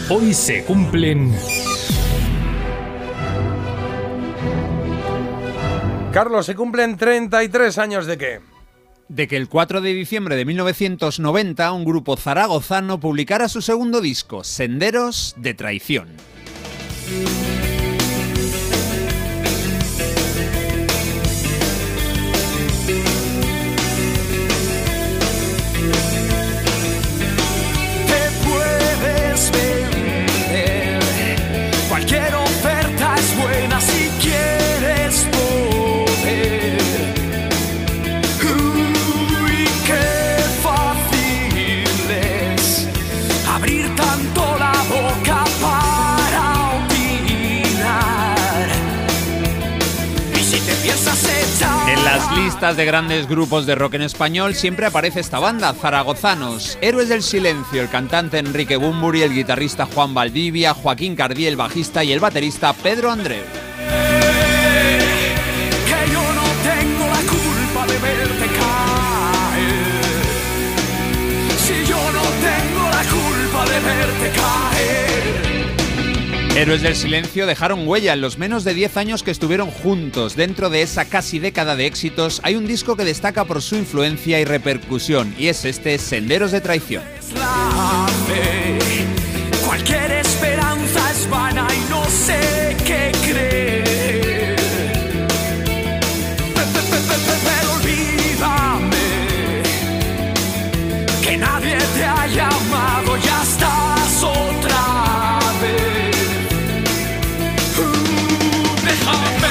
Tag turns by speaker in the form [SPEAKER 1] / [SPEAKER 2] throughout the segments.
[SPEAKER 1] Hoy se cumplen...
[SPEAKER 2] Carlos, ¿se cumplen 33 años de qué?
[SPEAKER 3] De que el 4 de diciembre de 1990 un grupo zaragozano publicara su segundo disco, Senderos de Traición. En las listas de grandes grupos de rock en español siempre aparece esta banda, zaragozanos. Héroes del Silencio, el cantante Enrique Bunbury, el guitarrista Juan Valdivia, Joaquín Cardí, el bajista, y el baterista Pedro Andreu.
[SPEAKER 4] Que yo no tengo la culpa de verte caer. Si yo no tengo la culpa de verte caer.
[SPEAKER 3] Héroes del Silencio dejaron huella en los menos de 10 años que estuvieron juntos. Dentro de esa casi década de éxitos hay un disco que destaca por su influencia y repercusión, y es este, Senderos de Traición.
[SPEAKER 4] Cualquier esperanza es vana y no sé qué creer. Pero olvídame que nadie te ha llamado, ya estás otra vez. Déjame,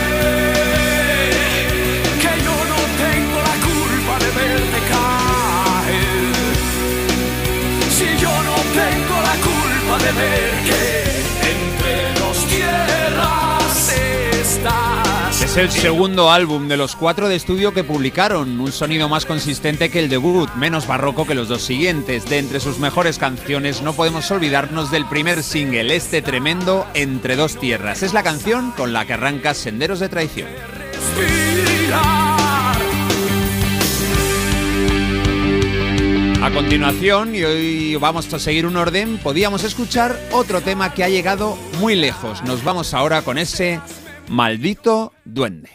[SPEAKER 4] que yo no tengo la culpa de verte caer. Si yo no tengo la culpa de ver que entre dos tierras estás.
[SPEAKER 3] Es el segundo álbum de los 4 de estudio que publicaron, un sonido más consistente que el debut, menos barroco que los dos siguientes. De entre sus mejores canciones no podemos olvidarnos del primer single, este tremendo Entre dos tierras. Es la canción con la que arranca Senderos de Traición. A continuación, y hoy vamos a seguir un orden, podíamos escuchar otro tema que ha llegado muy lejos. Nos vamos ahora con ese Maldito Duende.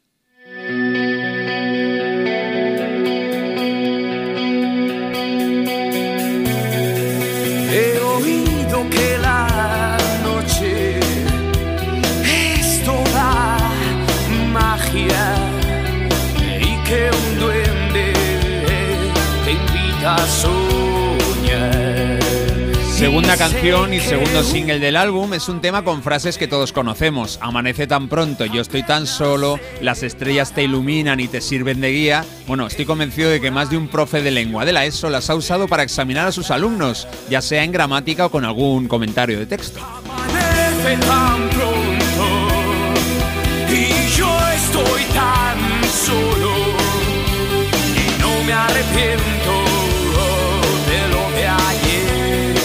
[SPEAKER 4] He oído que la noche es toda magia y que un duende te invita a soñar.
[SPEAKER 3] Segunda canción y segundo single del álbum, es un tema con frases que todos conocemos. Amanece tan pronto, yo estoy tan solo, las estrellas te iluminan y te sirven de guía. Bueno, estoy convencido de que más de un profe de lengua de la ESO las ha usado para examinar a sus alumnos, ya sea en gramática o con algún comentario de texto.
[SPEAKER 4] Amanece tan pronto y yo estoy tan solo y no me arrepiento de lo de ayer.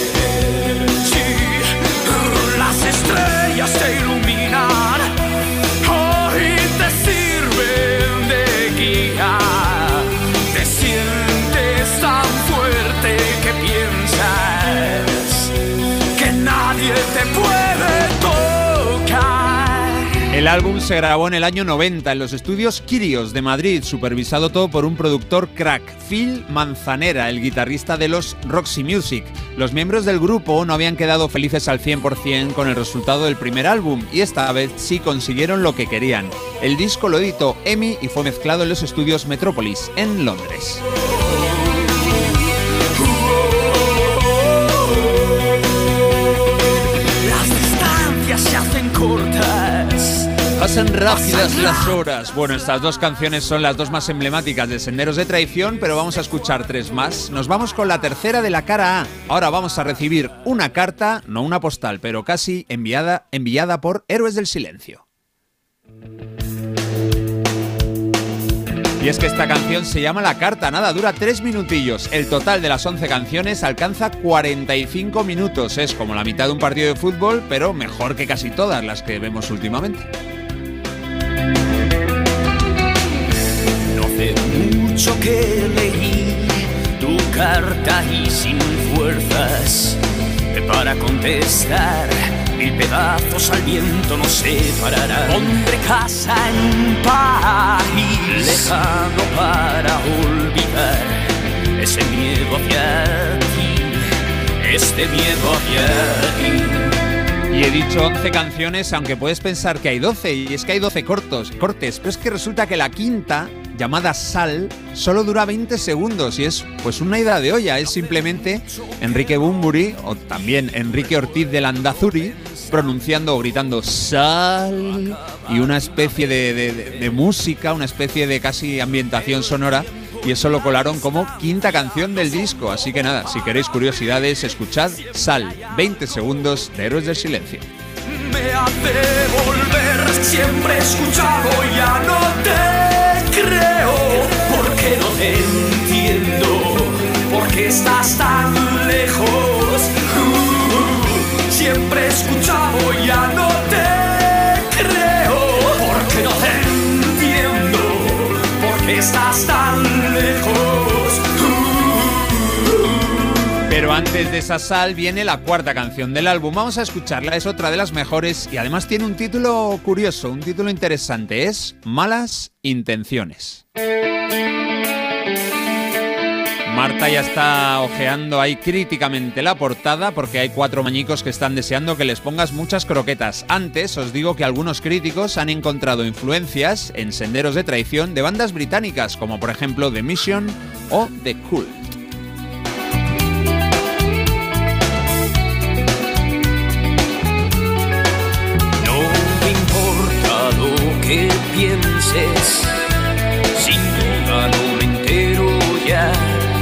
[SPEAKER 4] Sí, las estrellas te iluminan y te sirven de guía. Te sientes tan fuerte que piensas que nadie te puede tocar.
[SPEAKER 3] El álbum se grabó en el año 90 en los estudios Quirios de Madrid, supervisado todo por un productor crack, Phil Manzanera, el guitarrista de los Roxy Music. Los miembros del grupo no habían quedado felices al 100% con el resultado del primer álbum, y esta vez sí consiguieron lo que querían. El disco lo editó EMI y fue mezclado en los estudios Metropolis, en Londres.
[SPEAKER 4] Las distancias se hacen cortas.
[SPEAKER 3] Pasan rápidas las horas. Bueno, estas dos canciones son las dos más emblemáticas de Senderos de Traición, pero vamos a escuchar 3 más. Nos vamos con la tercera de la cara A. Ahora vamos a recibir una carta, no una postal, pero casi enviada por Héroes del Silencio. Y es que esta canción se llama La Carta, nada, dura 3 minutillos. El total de las 11 canciones alcanza 45 minutos. Es como la mitad de un partido de fútbol, pero mejor que casi todas las que vemos últimamente.
[SPEAKER 4] No hace mucho que leí tu carta y sin fuerzas me para contestar. 1000 pedazos al viento nos separarán. Pondré casa en un país lejano para olvidar ese miedo hacia ti, este miedo hacia ti.
[SPEAKER 3] Y he dicho 11 canciones, aunque puedes pensar que hay 12, y es que hay 12 cortes, pero es que resulta que la quinta, llamada Sal, solo dura 20 segundos y es pues una ida de olla. Es simplemente Enrique Bunbury o también Enrique Ortiz de Landazuri pronunciando o gritando Sal y una especie de música, una especie de casi ambientación sonora, y eso lo colaron como quinta canción del disco. Así que nada, si queréis curiosidades, escuchad Sal, 20 segundos de Héroes del Silencio.
[SPEAKER 4] Me hace volver, siempre he escuchado, ya no te creo, porque no te entiendo, porque estás tan lejos. Siempre he escuchado, ya no te creo, porque no te entiendo, porque estás tan lejos.
[SPEAKER 3] Pero antes de esa Sal viene la cuarta canción del álbum. Vamos a escucharla, es otra de las mejores y además tiene un título curioso, un título interesante. Es Malas Intenciones. Marta ya está ojeando ahí críticamente la portada porque hay 4 mañicos que están deseando que les pongas muchas croquetas. Antes os digo que algunos críticos han encontrado influencias en Senderos de Traición de bandas británicas como por ejemplo The Mission o The Cult.
[SPEAKER 4] Que pienses, sin duda no me entero ya.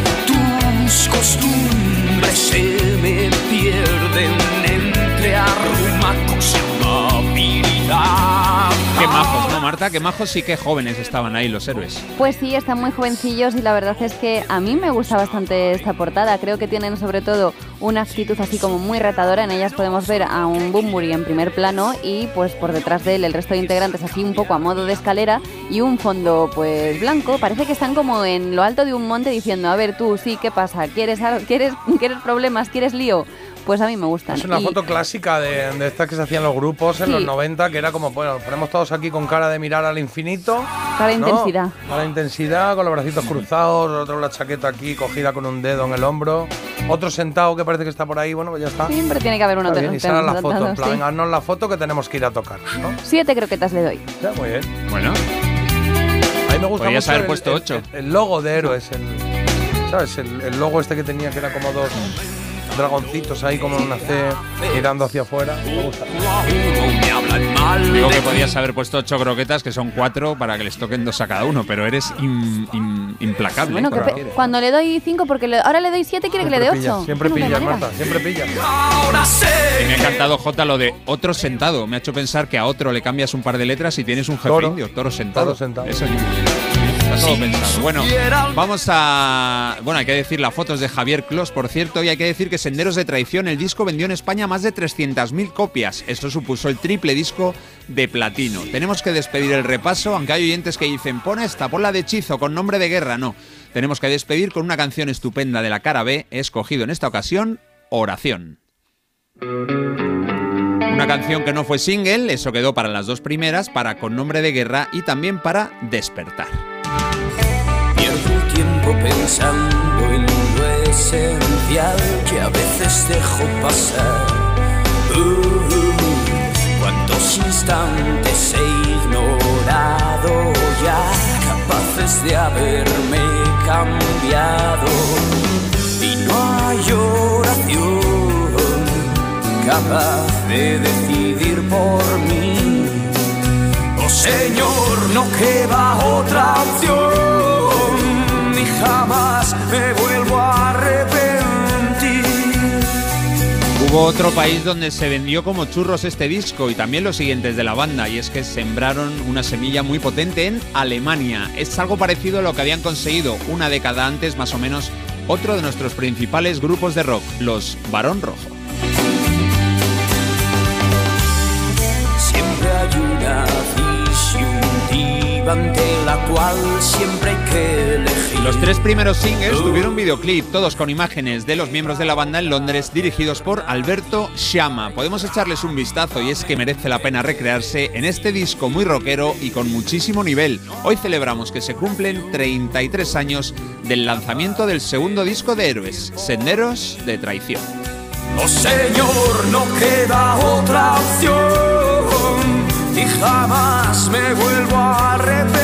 [SPEAKER 4] Tus costumbres se me pierden entre arrumacos y amabilidad.
[SPEAKER 3] Qué majos, ¿no, Marta? Qué majos y qué jóvenes estaban ahí los héroes.
[SPEAKER 1] Pues sí, están muy jovencillos y la verdad es que a mí me gusta bastante esta portada. Creo que tienen sobre todo una actitud así como muy retadora. En ellas podemos ver a un Bunbury en primer plano y pues por detrás de él el resto de integrantes así un poco a modo de escalera y un fondo pues blanco. Parece que están como en lo alto de un monte diciendo, a ver tú, sí, ¿qué pasa? ¿Quieres problemas? ¿Quieres lío? Pues a mí me gustan.
[SPEAKER 2] Es una foto clásica de estas que se hacían los grupos en los 90, que era como, bueno, nos ponemos todos aquí con cara de mirar al infinito.
[SPEAKER 1] Para intensidad.
[SPEAKER 2] Para intensidad, con los bracitos cruzados, otro la chaqueta aquí cogida con un dedo en el hombro, otro sentado que parece que está por ahí, bueno, pues ya está.
[SPEAKER 1] Siempre tiene que haber uno.
[SPEAKER 2] Y sale la foto, en plan, haznos la foto que tenemos que ir a tocar, ¿no?
[SPEAKER 1] 7 croquetas le doy.
[SPEAKER 2] Ya, muy bien.
[SPEAKER 3] Bueno.
[SPEAKER 2] A mí me gusta
[SPEAKER 3] podrías
[SPEAKER 2] mucho
[SPEAKER 3] haber puesto 8.
[SPEAKER 2] El logo de Héroes, ¿sabes? El logo este que tenía, que era como 2 dragoncitos ahí como una C mirando hacia afuera. Me gusta.
[SPEAKER 3] Digo que podías haber puesto 8 croquetas, que son 4, para que les toquen 2 a cada uno, pero eres implacable.
[SPEAKER 1] Bueno, cuando le doy 5, porque ahora le doy 7, quiere
[SPEAKER 2] siempre
[SPEAKER 1] que le dé 8.
[SPEAKER 2] Siempre pillas, Marta, siempre pillas.
[SPEAKER 3] Y me ha encantado, Jota, lo de otro sentado. Me ha hecho pensar que a otro le cambias un par de letras y tienes un jefe indio, toro sentado.
[SPEAKER 2] Toro sentado.
[SPEAKER 3] Eso está todo pensado. Bueno, vamos a... Bueno, hay que decir las fotos de Javier Clos, por cierto, y hay que decir que Senderos de Traición, el disco vendió en España más de 300.000 copias. Esto supuso el triple disco de platino. Tenemos que despedir el repaso, aunque hay oyentes que dicen, pon la de Hechizo con Nombre de Guerra. No, tenemos que despedir con una canción estupenda de la cara B. He escogido en esta ocasión Oración. Una canción que no fue single, eso quedó para las 2 primeras, para Con Nombre de Guerra y también para Despertar.
[SPEAKER 4] Pierdo el tiempo pensando en lo esencial que a veces dejo pasar. Cuántos instantes he ignorado ya, capaces de haberme cambiado. Y no hay oración capaz de decidir por mí. Oh Señor, no queda otra opción, ni jamás me vuelvo a arrepentir.
[SPEAKER 3] Hubo otro país donde se vendió como churros este disco y también los siguientes de la banda, y es que sembraron una semilla muy potente en Alemania. Es algo parecido a lo que habían conseguido una década antes, más o menos, otro de nuestros principales grupos de rock, los Barón Rojo.
[SPEAKER 4] Siempre hay una disyuntiva ante la cual siempre hay que elegir.
[SPEAKER 3] Los 3 primeros singles tuvieron videoclip, todos con imágenes de los miembros de la banda en Londres, dirigidos por Alberto Sciamma. Podemos echarles un vistazo y es que merece la pena recrearse en este disco muy rockero y con muchísimo nivel. Hoy celebramos que se cumplen 33 años del lanzamiento del segundo disco de Héroes, Senderos de Traición.
[SPEAKER 4] Oh Señor, no queda otra opción y jamás me vuelvo a arrepentir.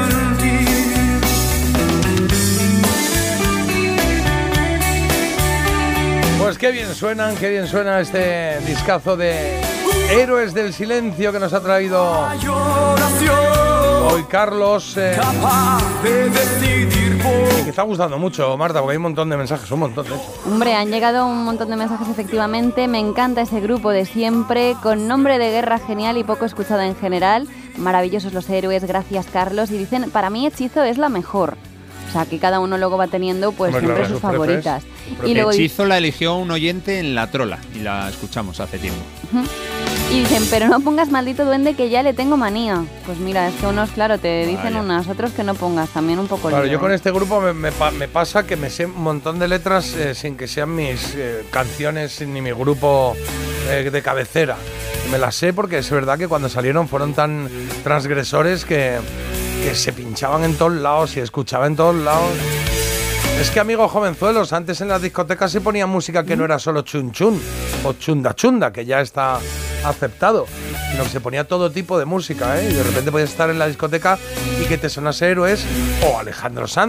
[SPEAKER 2] Pues qué bien suena este discazo de Héroes del Silencio que nos ha traído hoy Carlos.
[SPEAKER 4] Capaz de decidir por...
[SPEAKER 2] Que está gustando mucho, Marta, porque hay un montón de mensajes, un montón de hecho.
[SPEAKER 1] Hombre, han llegado un montón de mensajes efectivamente. Me encanta ese grupo de siempre, con nombre de guerra genial y poco escuchado en general. Maravillosos los héroes, gracias Carlos. Y dicen, para mí Hechizo es la mejor. O sea, que cada uno luego va teniendo pues siempre sus favoritas.
[SPEAKER 3] Y luego Hechizo la eligió un oyente en La Trola y la escuchamos hace tiempo.
[SPEAKER 1] Y dicen, pero no pongas Maldito Duende que ya le tengo manía. Pues mira, es que unos, claro, te dicen unas, otros que no pongas, también un poco.
[SPEAKER 2] Claro,
[SPEAKER 1] lío,
[SPEAKER 2] yo con este grupo me pasa que me sé un montón de letras sin que sean mis canciones ni mi grupo de cabecera. Me las sé porque es verdad que cuando salieron fueron tan transgresores que se pinchaban en todos lados y escuchaba en todos lados. Es que, amigos jovenzuelos, antes en las discotecas se ponía música que no era solo chun chun o chunda chunda, que ya está aceptado, sino que se ponía todo tipo de música, ¿eh? Y de repente podías estar en la discoteca y que te sonase Héroes o Alejandro Sanz.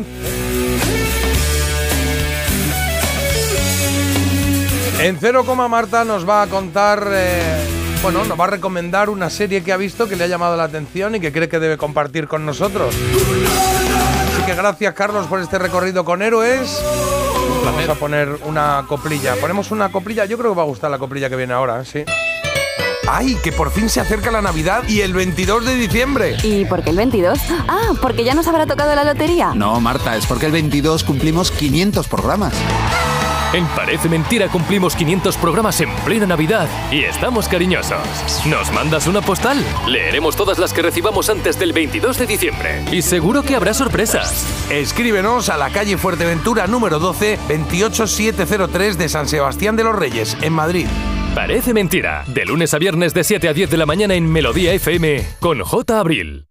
[SPEAKER 2] En Cero Coma Marta nos va a contar, nos va a recomendar una serie que ha visto que le ha llamado la atención y que cree que debe compartir con nosotros. Así que gracias, Carlos, por este recorrido con Héroes. Vamos a poner una coplilla. Ponemos una coplilla, yo creo que va a gustar la coplilla que viene ahora, sí. ¡Ay, que por fin se acerca la Navidad y el 22 de diciembre!
[SPEAKER 1] ¿Y por qué el 22? Ah, ¿porque ya nos habrá tocado la lotería?
[SPEAKER 5] No, Marta, es porque el 22 cumplimos 500 programas.
[SPEAKER 6] En Parece Mentira cumplimos 500 programas en plena Navidad y estamos cariñosos. ¿Nos mandas una postal? Leeremos todas las que recibamos antes del 22 de diciembre. Y seguro que habrá sorpresas.
[SPEAKER 2] Escríbenos a la calle Fuerteventura número 12, 28703 de San Sebastián de los Reyes, en Madrid.
[SPEAKER 6] Parece Mentira, de lunes a viernes de 7 a 10 de la mañana en Melodía FM con J. Abril.